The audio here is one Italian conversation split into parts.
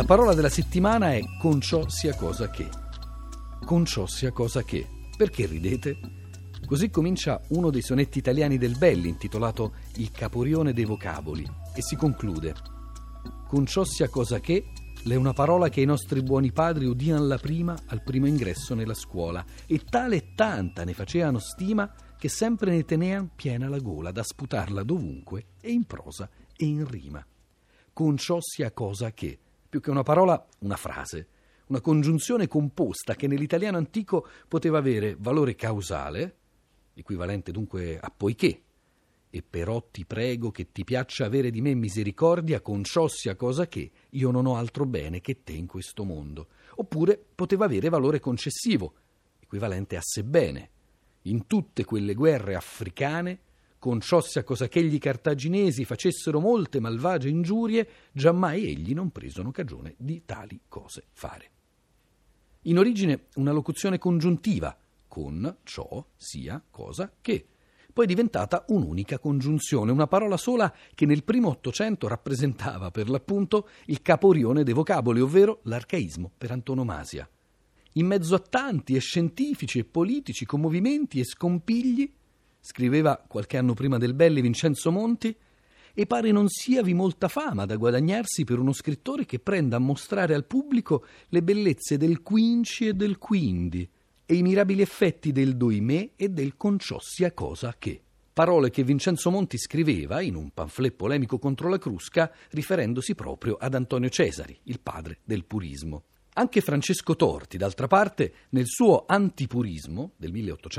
La parola della settimana è con ciò sia cosa che. Con ciò sia cosa che. Perché ridete? Così comincia uno dei sonetti italiani del Belli, intitolato Il Caporione dei vocaboli, e si conclude: con ciò sia cosa che l'è una parola che i nostri buoni padri udian la prima al primo ingresso nella scuola, e tale e tanta ne faceano stima che sempre ne tenean piena la gola da sputarla dovunque, e in prosa e in rima. Con ciò sia cosa che, più che una parola, una frase, una congiunzione composta che nell'italiano antico poteva avere valore causale, equivalente dunque a poiché, e però ti prego che ti piaccia avere di me misericordia, con ciò sia cosa che io non ho altro bene che te in questo mondo. Oppure poteva avere valore concessivo, equivalente a sebbene. In tutte quelle guerre africane, con ciò sia cosa che gli cartaginesi facessero molte malvagie ingiurie, giammai egli non presono cagione di tali cose fare. In origine una locuzione congiuntiva, con ciò sia cosa che, poi diventata un'unica congiunzione, una parola sola che nel primo Ottocento rappresentava per l'appunto il caporione dei vocaboli, ovvero l'arcaismo per antonomasia. In mezzo a tanti e scientifici e politici commovimenti e scompigli, scriveva qualche anno prima del Belli Vincenzo Monti, e pare non siavi molta fama da guadagnarsi per uno scrittore che prenda a mostrare al pubblico le bellezze del quinci e del quindi, e i mirabili effetti del doimè e del con ciò sia cosa che. Parole che Vincenzo Monti scriveva in un pamphlet polemico contro la Crusca, riferendosi proprio ad Antonio Cesari, il padre del purismo. Anche Francesco Torti, d'altra parte, nel suo Antipurismo del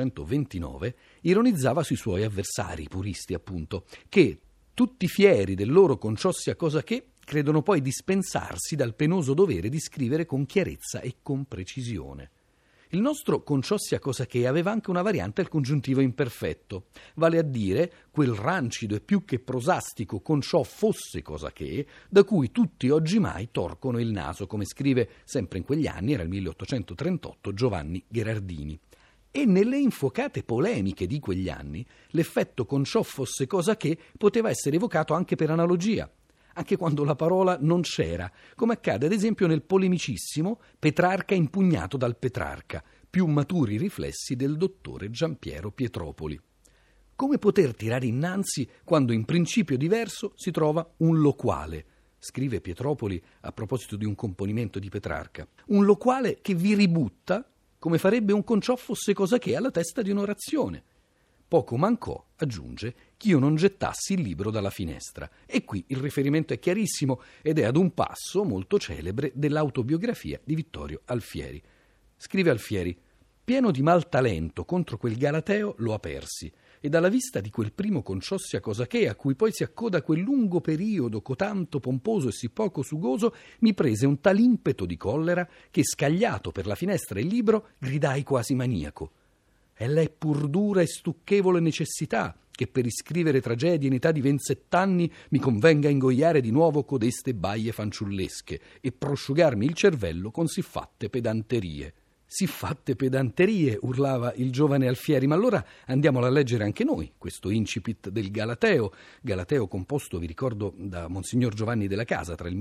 1829, ironizzava sui suoi avversari, i puristi appunto, che, tutti fieri del loro con ciò sia cosa che, credono poi dispensarsi dal penoso dovere di scrivere con chiarezza e con precisione. Il nostro con ciò sia cosa che aveva anche una variante al congiuntivo imperfetto, vale a dire quel rancido e più che prosastico con ciò fosse cosa che, da cui tutti oggimai torcono il naso, come scrive sempre in quegli anni, era il 1838, Giovanni Gherardini. E nelle infuocate polemiche di quegli anni, l'effetto con ciò fosse cosa che poteva essere evocato anche per analogia, anche quando la parola non c'era, come accade ad esempio nel polemicissimo Petrarca impugnato dal Petrarca, più maturi riflessi del dottore Giampiero Pietropoli. Come poter tirare innanzi quando in principio diverso si trova un loquale, scrive Pietropoli a proposito di un componimento di Petrarca, un loquale che vi ributta come farebbe un con ciò fosse cosa che alla testa di un'orazione. Poco mancò, aggiunge, ch'io non gettassi il libro dalla finestra. E qui il riferimento è chiarissimo ed è ad un passo molto celebre dell'autobiografia di Vittorio Alfieri. Scrive Alfieri: pieno di mal talento contro quel Galateo lo apersi, e dalla vista di quel primo con ciò sia cosa che, a cui poi si accoda quel lungo periodo cotanto pomposo e sì poco sugoso, mi prese un tal impeto di collera che, scagliato per la finestra il libro, gridai quasi maniaco: ella è pur dura e stucchevole necessità che per iscrivere tragedie in età di 27 anni mi convenga ingoiare di nuovo codeste baie fanciullesche e prosciugarmi il cervello con siffatte pedanterie. Siffatte pedanterie, urlava il giovane Alfieri, ma allora andiamolo a leggere anche noi, questo incipit del Galateo composto, vi ricordo, da Monsignor Giovanni della Casa tra il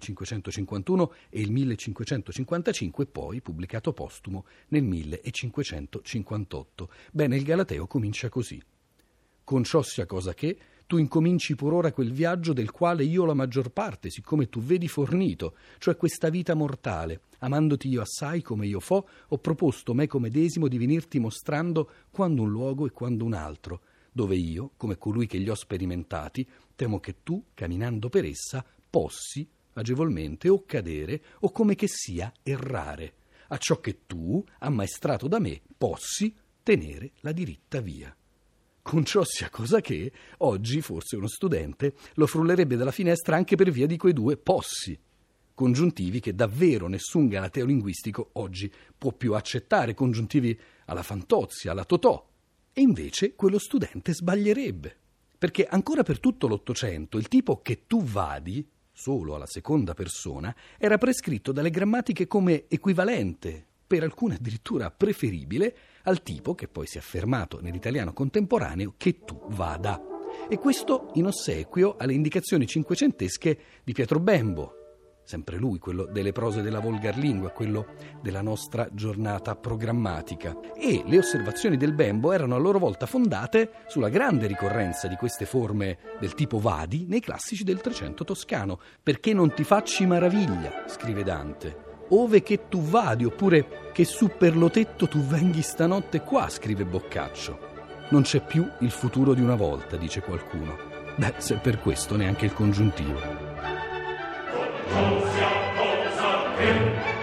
1551 e il 1555, poi pubblicato postumo nel 1558. Bene, il Galateo comincia così: con ciò sia cosa che tu incominci pur ora quel viaggio del quale io la maggior parte, siccome tu vedi fornito, cioè questa vita mortale, amandoti io assai come io fo, ho proposto meco medesimo di venirti mostrando quando un luogo e quando un altro, dove io, come colui che li ho sperimentati, temo che tu, camminando per essa, possi agevolmente o cadere o come che sia errare, a ciò che tu, ammaestrato da me, possi tenere la diritta via. Con ciò sia cosa che, oggi forse uno studente lo frullerebbe dalla finestra anche per via di quei due possi, congiuntivi che davvero nessun galateo linguistico oggi può più accettare, congiuntivi alla Fantozzi, alla Totò. E invece quello studente sbaglierebbe, perché ancora per tutto l'Ottocento il tipo che tu vadi, solo alla seconda persona, era prescritto dalle grammatiche come equivalente, per alcune addirittura preferibile, al tipo che poi si è affermato nell'italiano contemporaneo che tu vada. E questo in ossequio alle indicazioni cinquecentesche di Pietro Bembo, sempre lui, quello delle prose della volgarlingua, quello della nostra giornata programmatica. E le osservazioni del Bembo erano a loro volta fondate sulla grande ricorrenza di queste forme del tipo vadi nei classici del Trecento toscano. Perché non ti facci maraviglia, scrive Dante. Ove che tu vadi, oppure che su per lo tetto tu venghi stanotte qua, scrive Boccaccio. Non c'è più il futuro di una volta, dice qualcuno. Beh, se per questo neanche il congiuntivo. Non sia cosa che